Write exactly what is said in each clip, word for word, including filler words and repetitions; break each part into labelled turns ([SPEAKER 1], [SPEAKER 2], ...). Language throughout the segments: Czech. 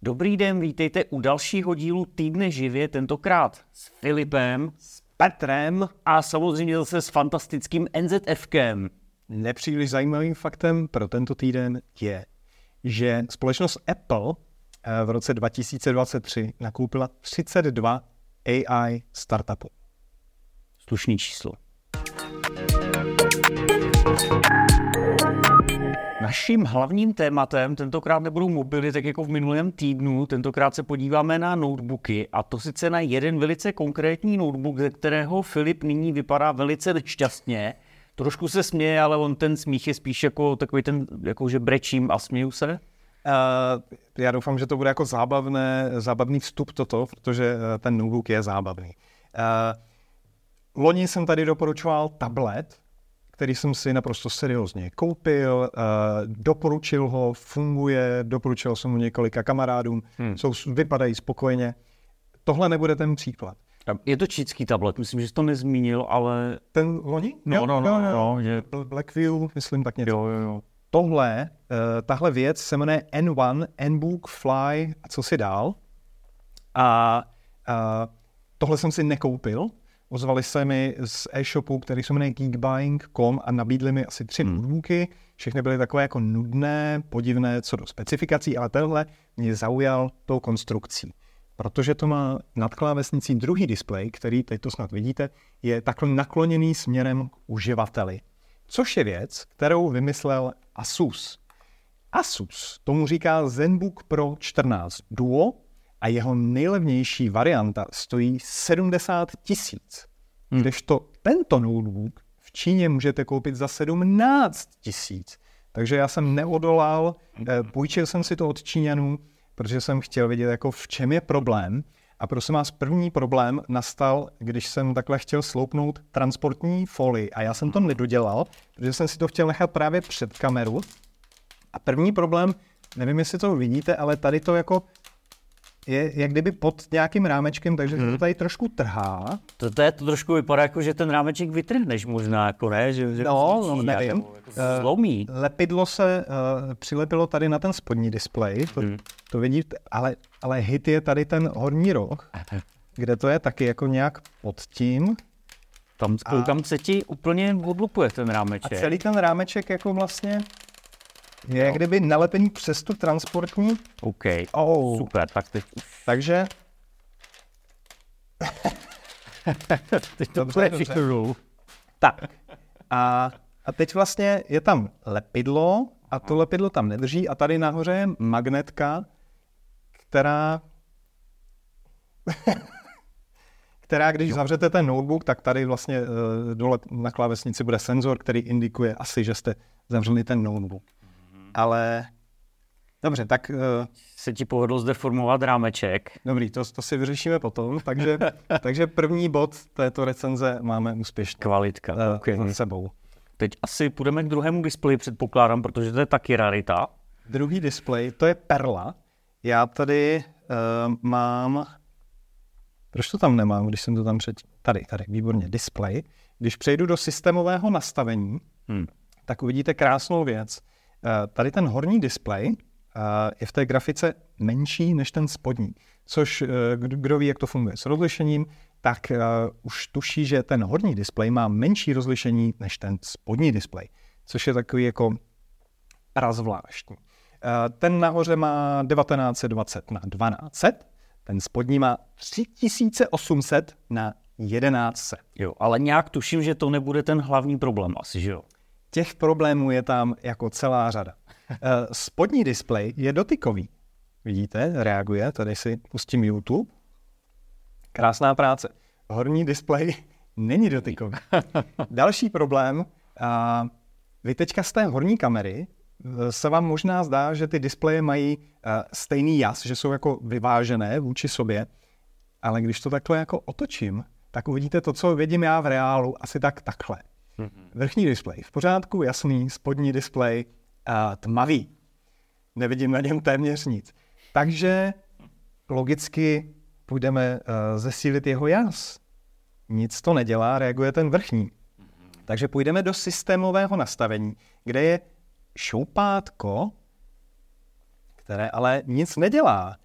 [SPEAKER 1] Dobrý den, vítejte u dalšího dílu Týdne živě, tentokrát s Filipem,
[SPEAKER 2] s Petrem
[SPEAKER 1] a samozřejmě zase s fantastickým NZFkem.
[SPEAKER 2] Nepříliš zajímavým faktem pro tento týden je, že společnost Apple v roce dva tisíce dvacet tři nakoupila třicet dva A I startupů.
[SPEAKER 1] Slušný číslo. Naším hlavním tématem tentokrát nebudou mobily, tak jako v minulém týdnu. Tentokrát se podíváme na notebooky, a to sice na jeden velice konkrétní notebook, ze kterého Filip nyní vypadá velice nešťastně. Trošku se směje, ale on ten smích je spíš jako takový ten, jako že brečím a směju se.
[SPEAKER 2] Uh, já doufám, že to bude jako zábavné, zábavný vstup toto, protože ten notebook je zábavný. Uh, loni jsem tady doporučoval tablet, který jsem si naprosto seriózně koupil, uh, doporučil ho, funguje, doporučil jsem ho několika kamarádům, hmm. jsou, vypadají spokojeně. Tohle nebude ten příklad.
[SPEAKER 1] Je to čínský tablet, myslím, že jsi to nezmínil, ale...
[SPEAKER 2] Ten loni?
[SPEAKER 1] No,
[SPEAKER 2] jo,
[SPEAKER 1] no, no,
[SPEAKER 2] jo, jo.
[SPEAKER 1] no že...
[SPEAKER 2] Blackview, myslím tak něco.
[SPEAKER 1] Jo, jo, jo.
[SPEAKER 2] Tohle, uh, tahle věc se jmenuje N jedna, Nbook, Fly a co si dál. A uh, tohle jsem si nekoupil. Ozvali se mi z e-shopu, který se jmenuje geekbuying tečka com a nabídli mi asi tři hmm. notebooky. Všechny byly takové jako nudné, podivné co do specifikací, ale tenhle mě zaujal tou konstrukcí. Protože to má nad klávesnicí druhý displej, který, teď to snad vidíte, je takhle nakloněný směrem k uživateli. Což je věc, kterou vymyslel Asus. Asus tomu říká ZenBook Pro čtrnáct Duo a jeho nejlevnější varianta stojí sedmdesát tisíc. Hmm. Kdežto tento notebook v Číně můžete koupit za sedmnáct tisíc. Takže já jsem neodolal, půjčil jsem si to od Číňanů, protože jsem chtěl vědět, jako v čem je problém. A prosím vás, první problém nastal, když jsem takhle chtěl sloupnout transportní folii. A já jsem to nedodělal, protože jsem si to chtěl nechat právě před kameru. A první problém, nevím, jestli to vidíte, ale tady to jako je jak kdyby pod nějakým rámečkem, takže hmm. to tady trošku trhá.
[SPEAKER 1] To, to, je, to trošku vypadá jako, že ten rámeček vytrhneš možná, jako ne? Že, že
[SPEAKER 2] no, no, nevím.
[SPEAKER 1] Jako, jako zlomí.
[SPEAKER 2] Uh, lepidlo se uh, přilepilo tady na ten spodní displej, to, hmm. to vidíte, ale, ale hit je tady ten horní roh, kde to je taky jako nějak pod tím.
[SPEAKER 1] Tam koukám, se ti úplně odlupuje ten rámeček.
[SPEAKER 2] A celý ten rámeček jako vlastně je jak kdyby nalepený přes tu transportní.
[SPEAKER 1] OK,
[SPEAKER 2] oh.
[SPEAKER 1] super, tak teď...
[SPEAKER 2] Takže...
[SPEAKER 1] teď to bude všechno.
[SPEAKER 2] Tak. A, a teď vlastně je tam lepidlo a to lepidlo tam nedrží a tady nahoře je magnetka, která... která, když jo. zavřete ten notebook, tak tady vlastně uh, dole na klávesnici bude senzor, který indikuje asi, že jste zavřeli ten notebook. Ale dobře, tak... Uh,
[SPEAKER 1] se ti povedlo zdeformovat rámeček.
[SPEAKER 2] Dobrý, to, to si vyřešíme potom. Takže, takže první bod této recenze máme úspěšně.
[SPEAKER 1] Kvalitka.
[SPEAKER 2] Uh, okay. Za sebou.
[SPEAKER 1] Teď asi půjdeme k druhému displeji, předpokládám, protože to je taky rarita.
[SPEAKER 2] Druhý displej, to je Perla. Já tady uh, mám... Proč to tam nemám, když jsem to tam před... Tady, tady, výborně, displej. Když přejdu do systémového nastavení, hmm. tak uvidíte krásnou věc. Tady ten horní displej je v té grafice menší než ten spodní, což kdo ví, jak to funguje s rozlišením, tak už tuší, že ten horní displej má menší rozlišení než ten spodní displej, což je takový jako prazvláštní. Ten nahoře má devatenáct set dvacet na dvanáct set, ten spodní má tři tisíce osm set na jedenáct set.
[SPEAKER 1] Jo, ale nějak tuším, že to nebude ten hlavní problém asi, že jo?
[SPEAKER 2] Těch problémů je tam jako celá řada. Spodní displej je dotykový. Vidíte, reaguje, tady si pustím YouTube. Krásná práce. Horní displej není dotykový. Další problém, vy teďka z té horní kamery se vám možná zdá, že ty displeje mají stejný jas, že jsou jako vyvážené vůči sobě, ale když to takhle jako otočím, tak uvidíte to, co vidím já v reálu, asi tak takhle. Vrchní displej v pořádku, jasný, spodní displej uh, tmavý. Nevidím na něm téměř nic. Takže logicky půjdeme uh, zesílit jeho jas. Nic to nedělá, reaguje ten vrchní. Takže půjdeme do systémového nastavení, kde je šoupátko, které ale nic nedělá.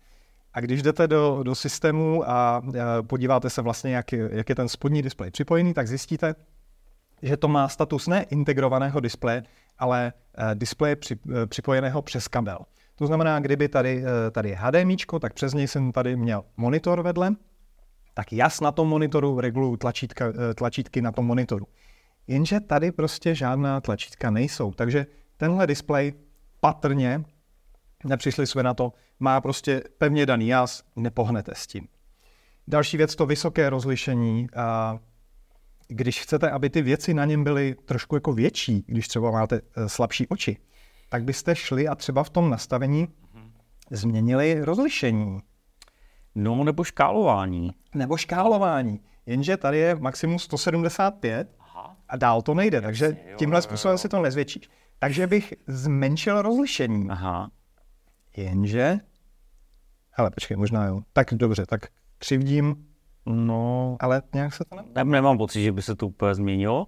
[SPEAKER 2] A když jdete do, do systému a, a podíváte se vlastně, jak, jak je ten spodní displej připojený, tak zjistíte, že to má status ne integrovaného displeje, ale uh, displeje při, uh, připojeného přes kabel. To znamená, kdyby tady, uh, tady je HDMIčko, tak přes něj jsem tady měl monitor vedle, tak já na tom monitoru reguluju tlačítka, uh, tlačítky na tom monitoru. Jenže tady prostě žádná tlačítka nejsou, takže tenhle displej patrně, nepřišli jsme na to, má prostě pevně daný jas, nepohnete s tím. Další věc, to vysoké rozlišení. Uh, Když chcete, aby ty věci na něm byly trošku jako větší, když třeba máte slabší oči, tak byste šli a třeba v tom nastavení změnili rozlišení.
[SPEAKER 1] No, nebo škálování.
[SPEAKER 2] Nebo škálování. Jenže tady je maximum sto sedmdesát pět a dál to nejde, takže tímhle způsobem si to nezvětšíš. Takže bych zmenšil rozlišení.
[SPEAKER 1] Aha.
[SPEAKER 2] Jenže... Hele, počkej, možná jo. Tak dobře, tak křivdím.
[SPEAKER 1] No,
[SPEAKER 2] ale nějak se to ne...
[SPEAKER 1] ne, nemám pocit, že by se to úplně změnilo.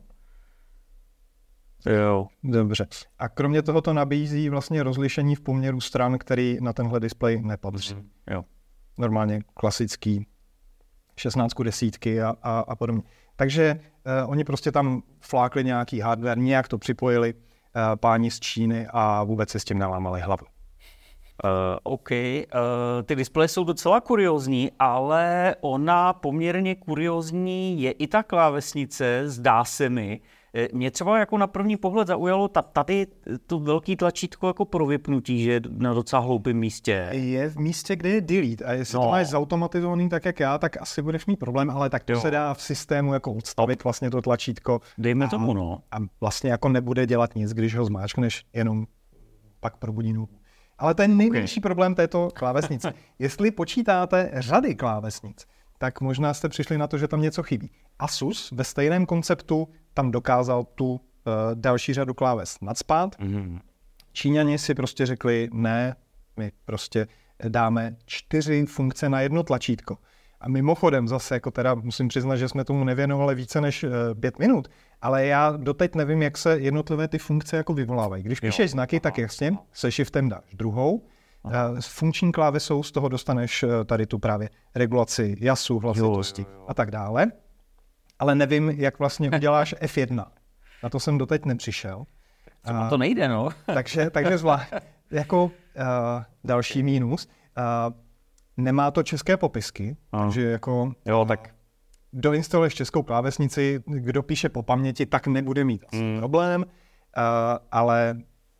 [SPEAKER 1] Jo.
[SPEAKER 2] Dobře. A kromě toho to nabízí vlastně rozlišení v poměru stran, který na tenhle displej nepatří.
[SPEAKER 1] Mm, jo.
[SPEAKER 2] Normálně klasický šestnáct desítky a, a, a podobně. Takže uh, oni prostě tam flákli nějaký hardware, nějak to připojili uh, páni z Číny a vůbec si s tím nalámali hlavu.
[SPEAKER 1] Uh, OK, uh, ty displeje jsou docela kuriózní, ale ona poměrně kuriózní je i ta klávesnice, zdá se mi. Mě třeba jako na první pohled zaujalo tady to velký tlačítko jako pro vypnutí, že je na docela hloupém místě.
[SPEAKER 2] Je v místě, kde je delete a jestli
[SPEAKER 1] no.
[SPEAKER 2] to máš zautomatizovaný tak jak já, tak asi budeš mít problém, ale tak to jo. se dá v systému jako odstavit vlastně to tlačítko.
[SPEAKER 1] Dejme
[SPEAKER 2] a,
[SPEAKER 1] tomu, no.
[SPEAKER 2] A vlastně jako nebude dělat nic, když ho zmáčkneš, jenom pak probudí nůžku. Ale to je největší okay. problém této klávesnice. Jestli počítáte řady klávesnic, tak možná jste přišli na to, že tam něco chybí. Asus ve stejném konceptu tam dokázal tu uh, další řadu kláves nacpát. Mm-hmm. Číňani si prostě řekli, ne, my prostě dáme čtyři funkce na jedno tlačítko. A mimochodem zase, jako teda musím přiznat, že jsme tomu nevěnovali více než uh, pět minut, ale já doteď nevím, jak se jednotlivé ty funkce jako vyvolávají. Když píšeš znaky, tak jasně, se shiftem dáš druhou. Uh, s funkční klávesou z toho dostaneš uh, tady tu právě regulaci jasu, hlasitosti jo, jo, jo. a tak dále. Ale nevím, jak vlastně uděláš F jedna. Na to jsem doteď nepřišel.
[SPEAKER 1] Třeba to nejde, no.
[SPEAKER 2] takže takže zvlášť. Jako uh, další mínus. Uh, nemá to české popisky, Aha. takže jako...
[SPEAKER 1] Jo, tak...
[SPEAKER 2] Doinstaluješ českou klávesnici, kdo píše po paměti, tak nebude mít asi mm. problém, uh, ale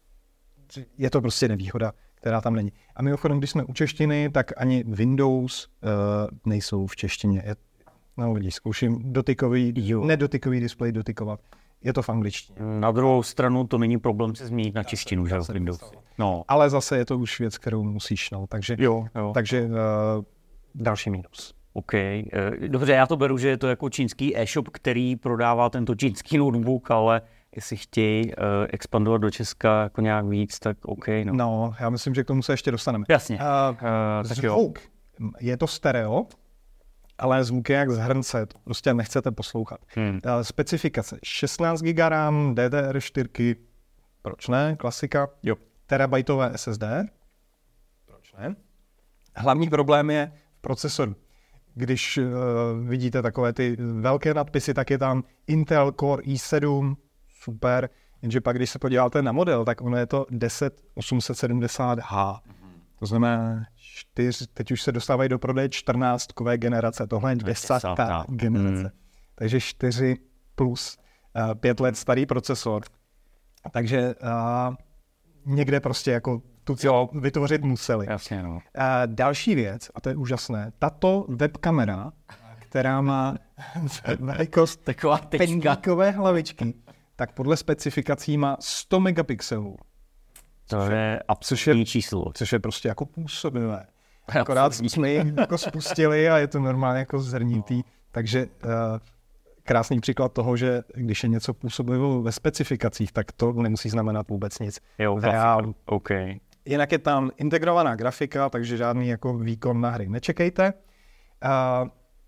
[SPEAKER 2] je to prostě nevýhoda, která tam není. A mimochodem, když jsme u češtiny, tak ani Windows uh, nejsou v češtině. Je, no vidíš, zkouším dotykový, jo. nedotykový displej dotykovat. Je to v angličtině.
[SPEAKER 1] Na druhou stranu to není problém se změnit na češtinu, že v Windows. No.
[SPEAKER 2] Ale zase je to už věc, kterou musíš, no. Takže,
[SPEAKER 1] jo, jo.
[SPEAKER 2] takže uh, další mínus.
[SPEAKER 1] OK. Dobře, já to beru, že je to jako čínský e-shop, který prodává tento čínský notebook, ale jestli chtějí uh, expandovat do Česka jako nějak víc, tak OK. No,
[SPEAKER 2] no já myslím, že k tomu se ještě dostaneme.
[SPEAKER 1] Jasně.
[SPEAKER 2] Uh, uh, zvuk. Jo. Je to stereo, ale zvuk je jak z hrnce, to prostě nechcete poslouchat. Hmm. Uh, specifikace. šestnáct giga RAM, D D R čtyři, proč ne, klasika.
[SPEAKER 1] Jo.
[SPEAKER 2] Terabajtové S S D, proč ne. Hlavní problém je v procesoru. Když uh, vidíte takové ty velké nadpisy, tak je tam Intel Core i sedm, super, jenže pak, když se podíváte na model, tak ono je to deset osm set sedmdesát H. Mm-hmm. To znamená, čtyř, teď už se dostávají do prodeje čtrnáctkové generace, tohle je desátka generace. Mm. Takže čtyři plus uh, pět let starý procesor. Takže uh, někde prostě jako tu jo. vytvořit museli.
[SPEAKER 1] Jasně, no.
[SPEAKER 2] Uh, další věc, a to je úžasné, tato webkamera, která má velikost pendíkové hlavičky, tak podle specifikací má sto megapixelů.
[SPEAKER 1] To je absolutní číslo.
[SPEAKER 2] Což je prostě jako působivé. Akorát jsme ji jako spustili a je to normálně jako zrnitý. Takže uh, krásný příklad toho, že když je něco působivé ve specifikacích, tak to nemusí znamenat vůbec nic.
[SPEAKER 1] Jo, reálně. Okay.
[SPEAKER 2] Jinak je tam integrovaná grafika, takže žádný jako výkon na hry nečekejte. Uh,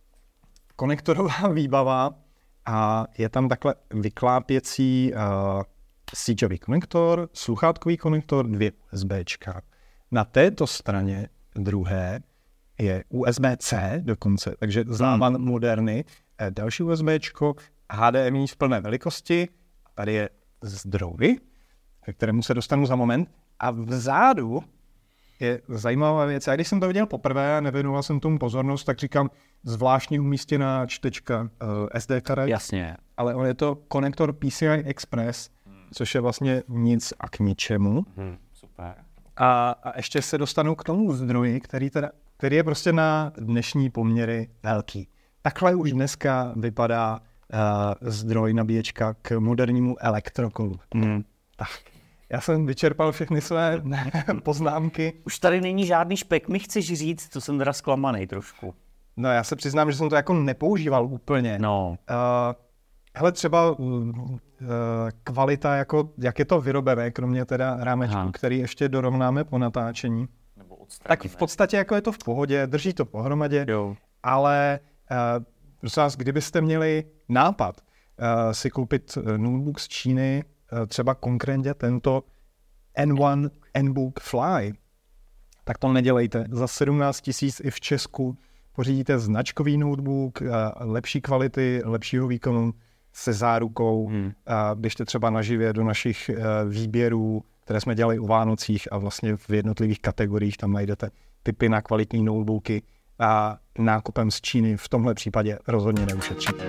[SPEAKER 2] konektorová výbava a je tam takhle vyklápěcí uh, síťový konektor, sluchátkový konektor, dvě USBčka. Na této straně druhé je U S B C dokonce, takže závan hmm. moderny, další USBčko, H D M I v plné velikosti, tady je zdroj, ke kterému se dostanu za moment, a vzadu je zajímavá věc. Já když jsem to viděl poprvé a nevěnoval jsem tomu pozornost, tak říkám, zvláštně umístěná čtečka uh, S D karet.
[SPEAKER 1] Jasně.
[SPEAKER 2] Ale on je to konektor P C I Express, hmm. což je vlastně nic a k ničemu.
[SPEAKER 1] Hmm. Super.
[SPEAKER 2] A, a ještě se dostanu k tomu zdroji, který, teda, který je prostě na dnešní poměry velký. Takhle už dneska vypadá uh, zdroj nabíječka k modernímu elektrokolu. Hmm. Tak. Já jsem vyčerpal všechny své poznámky.
[SPEAKER 1] Už tady není žádný špek, mi chceš říct, to jsem teda zklamanej trošku.
[SPEAKER 2] No já se přiznám, že jsem to jako nepoužíval úplně.
[SPEAKER 1] No.
[SPEAKER 2] Uh, hele, třeba uh, kvalita, jako, jak je to vyrobené, kromě teda rámečku, Aha. který ještě dorovnáme po natáčení. Nebo tak v podstatě jako je to v pohodě, drží to pohromadě, jo. Ale uh, prosím vás, kdybyste měli nápad uh, si koupit notebook z Číny, třeba konkrétně tento N jedna Nbook Fly, tak to nedělejte. Za sedmnáct tisíc i v Česku pořídíte značkový notebook, lepší kvality, lepšího výkonu se zárukou. Hmm. Běžte třeba naživě do našich výběrů, které jsme dělali u Vánocích, a vlastně v jednotlivých kategoriích tam najdete tipy na kvalitní notebooky a nákupem z Číny v tomhle případě rozhodně neušetříte.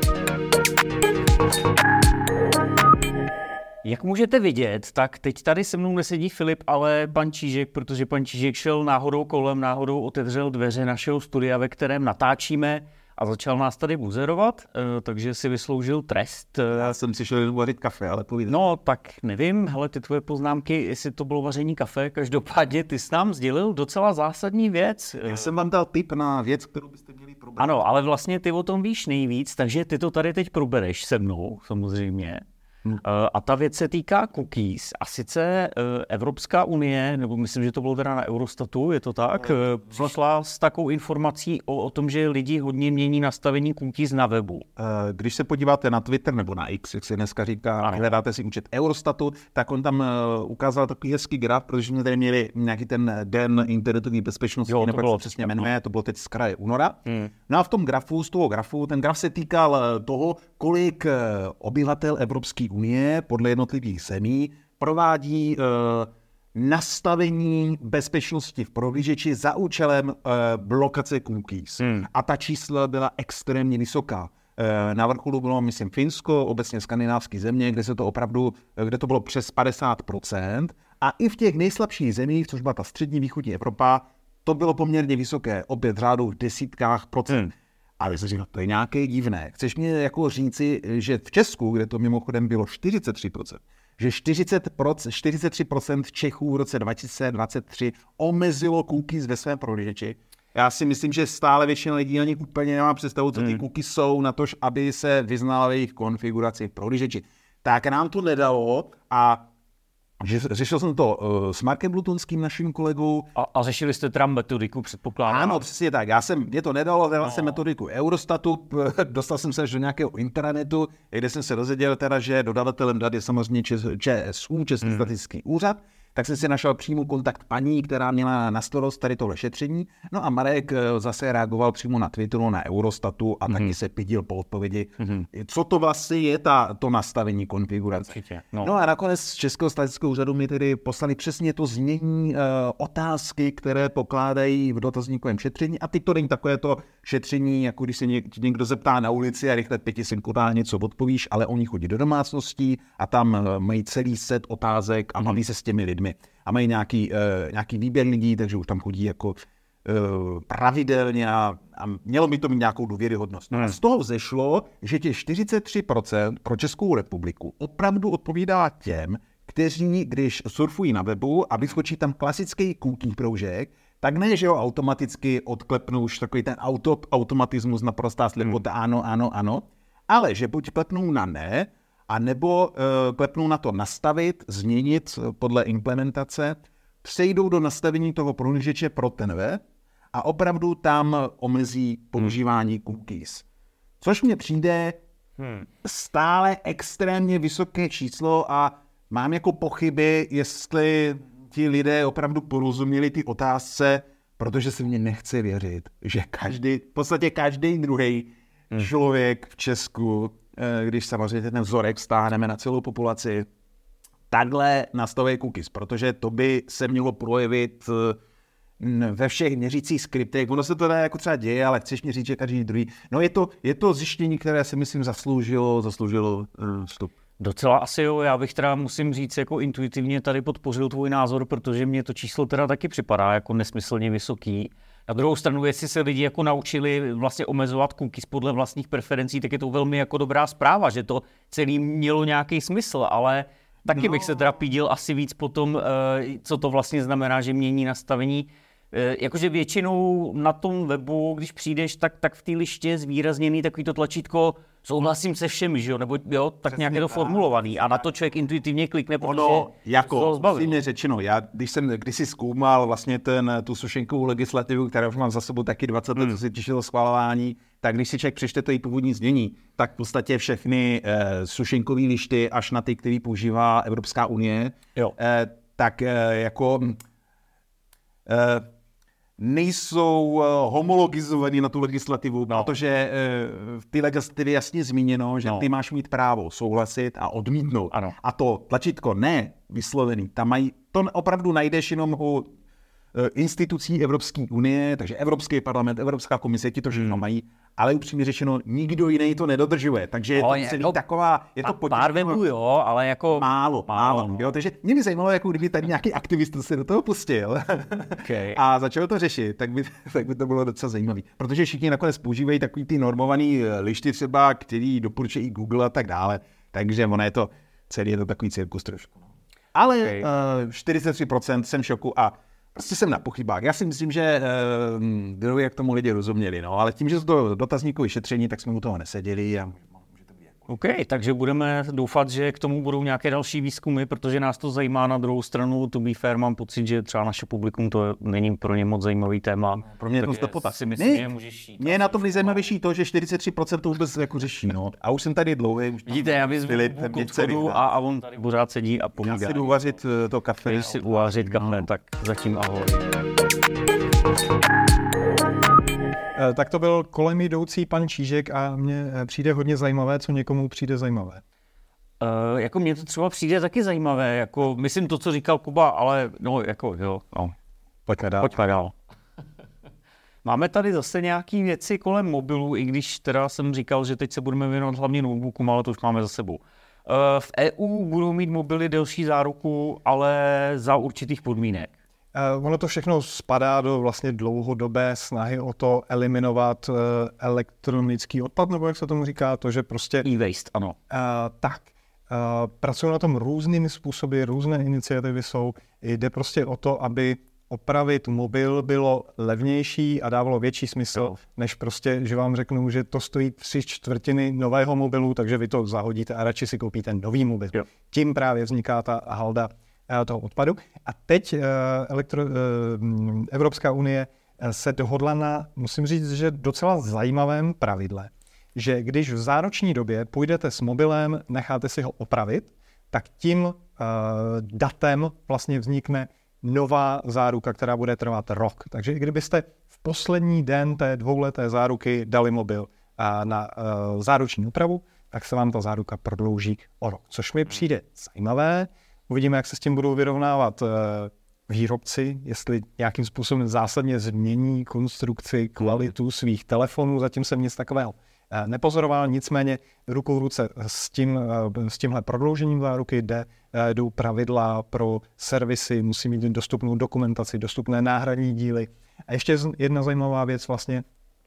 [SPEAKER 1] Jak můžete vidět, tak teď tady se mnou nesedí Filip, ale pan Čížek, protože pan Čížek šel náhodou kolem, náhodou otevřel dveře našeho studia, ve kterém natáčíme, a začal nás tady buzerovat, takže si vysloužil trest.
[SPEAKER 3] Já jsem si šel vařit kafe, ale povídej.
[SPEAKER 1] No, tak nevím, hele, ty tvoje poznámky, jestli to bylo vaření kafe, každopádně ty jsi nám sdělil docela zásadní věc.
[SPEAKER 3] Já jsem vám dal tip na věc, kterou byste měli probrat.
[SPEAKER 1] Ano, ale vlastně ty o tom víš nejvíc, takže ty to tady teď probereš se mnou, samozřejmě. Hmm. A ta věc se týká cookies. A sice Evropská unie, nebo myslím, že to bylo teda na Eurostatu, je to tak, přišla s takovou informací o, o tom, že lidi hodně mění nastavení cookies na webu.
[SPEAKER 3] Když se podíváte na Twitter nebo na X, jak se dneska říká, a hledáte si účet Eurostatu, tak on tam ukázal takový hezký graf, protože jsme tady měli nějaký ten den internetové bezpečnosti,
[SPEAKER 1] jo,
[SPEAKER 3] nebo jak se přesně jmenuje, to bylo teď z kraje února. Hmm. No a v tom grafu, z toho grafu, ten graf se týkal toho, kolik obyvatel Evropské unie podle jednotlivých zemí provádí uh, nastavení bezpečnosti v prohlížeči za účelem uh, blokace cookies. Hmm. A ta čísla byla extrémně vysoká. Uh, na vrcholu bylo, myslím, Finsko, obecně skandinávské země, kde se to opravdu, kde to bylo přes padesát procent. A i v těch nejslabších zemích, což byla ta střední východní Evropa, to bylo poměrně vysoké, opět řádu v desítkách procent. Hmm. Ale jsem říkal, to je nějaké divné. Chceš mě jako říci, že v Česku, kde to mimochodem bylo čtyřicet tři procent, že čtyřicet procent, čtyřicet tři procent Čechů v roce dva tisíce dvacet tři omezilo cookies ve svém prohlížeči? Já si myslím, že stále většina lidí ani úplně nemá představu, co ty hmm. cookies jsou, na to, aby se vyznala jejich konfiguraci v prohlížeči. Tak nám to nedalo a řešil jsem to uh, s Markem Blutonským, naším kolegou.
[SPEAKER 1] A, a řešili jste teda metodiku, předpokládám?
[SPEAKER 3] Ano, přesně tak. Já jsem, mě to nedalo, dal no. jsem metodiku Eurostatu, dostal jsem se až do nějakého intranetu, kde jsem se dozvěděl teda, že dodavatelem dat je samozřejmě ČSÚ, Český hmm. statistický úřad. Tak jsem si našel přímo kontakt paní, která měla na starost tady tohle šetření. No a Marek zase reagoval přímo na Twitteru, na Eurostatu a mm-hmm. taky se pidil po odpovědi, mm-hmm. co to vlastně je ta, to nastavení konfigurace. No. no a nakonec z Českého statistického úřadu mi tedy poslali přesně to znění uh, otázky, které pokládají v dotazníkovém šetření. A teď to není takové to šetření, jako když se něk, někdo zeptá na ulici a rychle pěti synkodá něco odpovíš, ale oni chodí do domácností a tam uh, mají celý set otázek a baví se s těmi lidmi. A mají nějaký, uh, nějaký výběr lidí, takže už tam chodí jako uh, pravidelně a, a mělo by to mít nějakou důvěryhodnost. Hmm. A z toho vzešlo, že těch čtyřicet tři procent pro Českou republiku opravdu odpovídá těm, kteří, když surfují na webu a vyskočí tam klasický cookie proužek, tak ne, že ho automaticky odklepnou už takový ten auto, automatismus naprostá slepota, hmm. ano, ano, ano, ale že buď klepnou na ne, a nebo uh, klepnou na to nastavit, změnit podle implementace, přejdou do nastavení toho prohlížeče pro ten web a opravdu tam omezí používání cookies. Což mně přijde hmm. stále extrémně vysoké číslo a mám jako pochyby, jestli ti lidé opravdu porozuměli ty otázce, protože se mně nechce věřit, že každý, v podstatě každý druhý hmm. člověk v Česku, když samozřejmě ten vzorek vztáhneme na celou populaci, takhle nastavuje cookies, protože to by se mělo projevit ve všech měřících skriptech. Ono se to ne jako třeba děje, ale chceš mi říct, že každý druhý. No je to, je to zjištění, které si myslím zasloužilo, zasloužilo uh, vstup.
[SPEAKER 1] Docela asi jo, já bych teda musím říct jako intuitivně tady podpořil tvůj názor, protože mě to číslo teda taky připadá jako nesmyslně vysoký. Na druhou stranu, jestli se lidi jako naučili vlastně omezovat cookies podle vlastních preferencí, tak je to velmi jako dobrá zpráva, že to celý mělo nějaký smysl, ale taky no. bych se teda pídil asi víc po tom, co to vlastně znamená, že mění nastavení. Jakože většinou na tom webu, když přijdeš, tak, tak v té liště je zvýrazněný takový to tlačítko souhlasím se všemi, že jo, nebo jo, tak přesně nějak je to formulovaný a na to člověk intuitivně klikne, protože
[SPEAKER 3] ono, jako, přímě řečeno, já když jsem kdysi zkoumal vlastně ten, tu sušenkovou legislativu, kterou už mám za sebou taky dvacet let, hmm. co se těšilo schvalování, tak když si člověk přečte to její původní znění, tak v podstatě všechny eh, sušenkové lišty, až na ty, který používá Evropská unie, eh, tak eh, jako eh, nejsou homologizovaní na tu legislativu, no. protože v té legislativě jasně zmíněno, že no. ty máš mít právo souhlasit a odmítnout.
[SPEAKER 1] Ano.
[SPEAKER 3] A to tlačítko ne vyslovený, tam mají, to opravdu najdeš jenom u institucí Evropské unie, takže Evropský parlament, Evropská komise, ti to všechno mají, ale upřímně řečeno, nikdo jiný to nedodržuje, takže je to
[SPEAKER 1] no,
[SPEAKER 3] celý
[SPEAKER 1] no,
[SPEAKER 3] taková, je to
[SPEAKER 1] potěšeno. Pár webů jo, ale jako
[SPEAKER 3] málo, málo, málo. Jo, takže mě by zajímalo, jako kdyby tady nějaký aktivista se do toho pustil
[SPEAKER 1] okay.
[SPEAKER 3] a začal to řešit, tak by, tak by to bylo docela zajímavé, protože všichni nakonec používají takový ty normovaný lišty třeba, který doporučuje i Google a tak dále, takže ono je to, celý je to takový cirkus trošku. Ale okay. uh, čtyřicet tři procent jsem v šoku a prostě jsem na pochybách. Já si myslím, že uh, jak tomu lidi rozuměli, no, ale tím, že to dotazníkové šetření, tak jsme u toho neseděli a může to být jako...
[SPEAKER 1] OK, takže budeme doufat, že k tomu budou nějaké další výzkumy, protože nás to zajímá. Na druhou stranu, to be fair, mám pocit, že třeba naše publikum to není pro ně moc zajímavý téma.
[SPEAKER 3] Pro mě je to stopota.
[SPEAKER 1] Si myslím, ne, že můžeš jít.
[SPEAKER 3] Mě je na tom nejzajímavější to, že čtyřicet tři procent to vůbec jako řeší, no. A už jsem tady dlouhý. Už
[SPEAKER 1] vidíte, já vyzvu Filip a, a on tady pořád sedí a povídá.
[SPEAKER 3] Já si jdu uvařit to kafe.
[SPEAKER 1] Já si uvařit kafe, no. Tak zatím ahoj.
[SPEAKER 2] Tak to byl kolem jdoucí pan Čížek a mně přijde hodně zajímavé, co někomu přijde zajímavé.
[SPEAKER 1] Uh, jako mně to třeba přijde taky zajímavé, jako myslím to, co říkal Kuba, ale no jako jo, no.
[SPEAKER 2] Pojďme dál.
[SPEAKER 1] Pojďme dál. Máme tady zase nějaké věci kolem mobilů, i když teda jsem říkal, že teď se budeme věnovat hlavně notebookům, ale to už máme za sebou. Uh, v E U budou mít mobily delší záruku, ale za určitých podmínek.
[SPEAKER 2] Uh, ono to všechno spadá do vlastně dlouhodobé snahy o to eliminovat uh, elektronický odpad, nebo jak se tomu říká, to, že prostě...
[SPEAKER 1] E-waste, ano.
[SPEAKER 2] Uh, tak, uh, pracují na tom různými způsoby, různé iniciativy jsou. Jde prostě o to, aby opravit mobil bylo levnější a dávalo větší smysl, jo. než prostě, že vám řeknu, že to stojí tři čtvrtiny nového mobilu, takže vy to zahodíte a radši si koupíte nový mobil. Jo. Tím právě vzniká ta halda toho odpadu. A teď uh, elektro, uh, Evropská unie se dohodla na, musím říct, že docela zajímavém pravidle, že když v zároční době půjdete s mobilem, necháte si ho opravit, tak tím uh, datem vlastně vznikne nová záruka, která bude trvat rok. Takže i kdybyste v poslední den té dvouleté záruky dali mobil uh, na uh, záruční opravu, tak se vám ta záruka prodlouží o rok. Což mi přijde zajímavé. Uvidíme, jak se s tím budou vyrovnávat uh, výrobci, jestli nějakým způsobem zásadně změní konstrukci, kvalitu svých telefonů. Zatím jsem nic takového uh, nepozoroval, nicméně rukou v ruce s, tím, uh, s tímhle prodloužením záruky jde, uh, jdou pravidla pro servisy, musí mít dostupnou dokumentaci, dostupné náhradní díly. A ještě jedna zajímavá věc vlastně,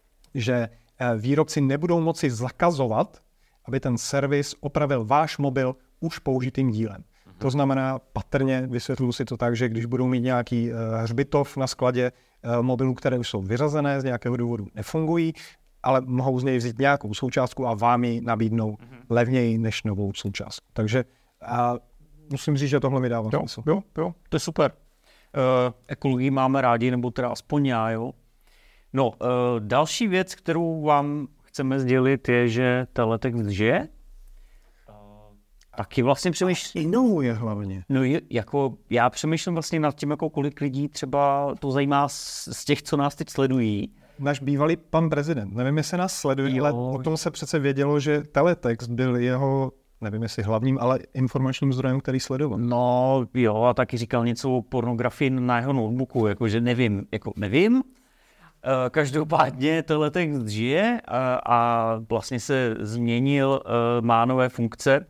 [SPEAKER 2] že uh, výrobci nebudou moci zakazovat, aby ten servis opravil váš mobil už použitým dílem. To znamená, patrně vysvětluji si to tak, že když budou mít nějaký uh, hřbitov na skladě uh, mobilů, které už jsou vyřazené, z nějakého důvodu nefungují, ale mohou z něj vzít nějakou součástku a vám ji nabídnou mm-hmm. levněji než novou součástku. Takže uh, musím říct, že tohle mi dává smysl.
[SPEAKER 1] Jo, jo, to je super. Uh, ekologii máme rádi, nebo teda aspoň já, jo. No, uh, další věc, kterou vám chceme sdělit, je, že Teletext žije. taky vlastně přemýšlím.
[SPEAKER 2] Inovuje hlavně.
[SPEAKER 1] No je, jako já přemýšlím vlastně nad tím, jako kolik lidí třeba to zajímá z, z těch, co nás teď sledují.
[SPEAKER 2] Náš bývalý pan prezident, nevím, jestli nás sleduje, jo. Ale o tom se přece vědělo, že teletext byl jeho, nevím jestli hlavním, ale informačním zdrojem, který sledoval.
[SPEAKER 1] No jo, a taky říkal něco o pornografii na jeho notebooku, jakože nevím, jako nevím. Každopádně teletext žije a, a vlastně se změnil, má nové funkce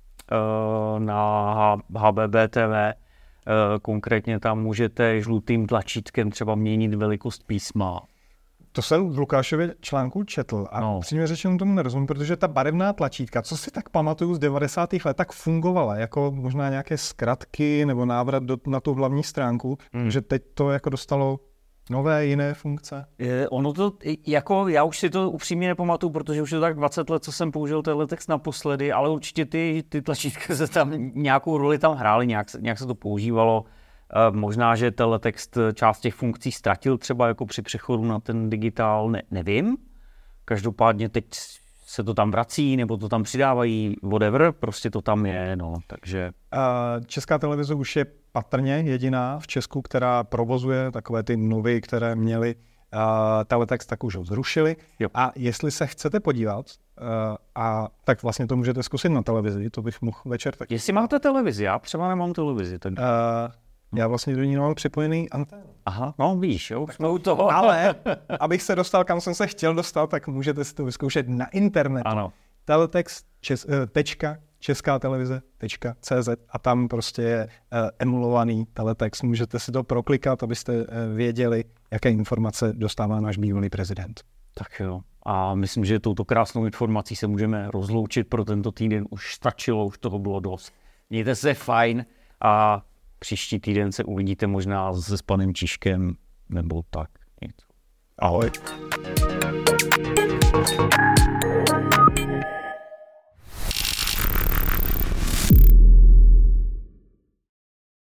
[SPEAKER 1] na H B B T V. Konkrétně tam můžete žlutým tlačítkem třeba měnit velikost písma.
[SPEAKER 2] To jsem v Lukášově článku četl a no. Přímě řečeno tomu nerozumím, protože ta barevná tlačítka, co si tak pamatuju z devadesátých let, tak fungovala jako možná nějaké zkratky nebo návrat do, na tu hlavní stránku, hmm. že teď to jako dostalo nové, jiné funkce.
[SPEAKER 1] Je, ono to, jako já už si to upřímně nepamatuju, protože už je to tak dvacet let, co jsem použil teletext naposledy, ale určitě ty, ty tlačítka se tam nějakou roli tam hrály, nějak, nějak se to používalo. E, možná, že teletext část těch funkcí ztratil třeba jako při přechodu na ten digitál, ne, nevím. Každopádně teď se to tam vrací, nebo to tam přidávají, whatever, prostě to tam je, no, takže...
[SPEAKER 2] Česká televize už je patrně jediná v Česku, která provozuje takové ty novy, které měly uh, teletext, tak už ho zrušili. Jo. A jestli se chcete podívat, uh, a tak vlastně to můžete zkusit na televizi, to bych mohl večer tak.
[SPEAKER 1] Jestli máte televizi, já třeba nemám televizi. Tak... Uh,
[SPEAKER 2] já vlastně do ní nemám připojený anténu.
[SPEAKER 1] Aha, no víš, jo, jsme u toho.
[SPEAKER 2] Ale abych se dostal, kam jsem se chtěl dostat, tak můžete si to vyzkoušet na internetu.
[SPEAKER 1] Ano.
[SPEAKER 2] Teletext, čes, uh, tečka, česká televize tečka cé zet a tam prostě je uh, emulovaný teletext. Můžete si to proklikat, abyste uh, věděli, jaké informace dostává náš bývalý prezident.
[SPEAKER 1] Tak jo. A myslím, že touto krásnou informací se můžeme rozloučit pro tento týden. Už stačilo, už toho bylo dost. Mějte se fajn a příští týden se uvidíte možná se s panem Čižkem nebo tak něco.
[SPEAKER 2] Ahoj.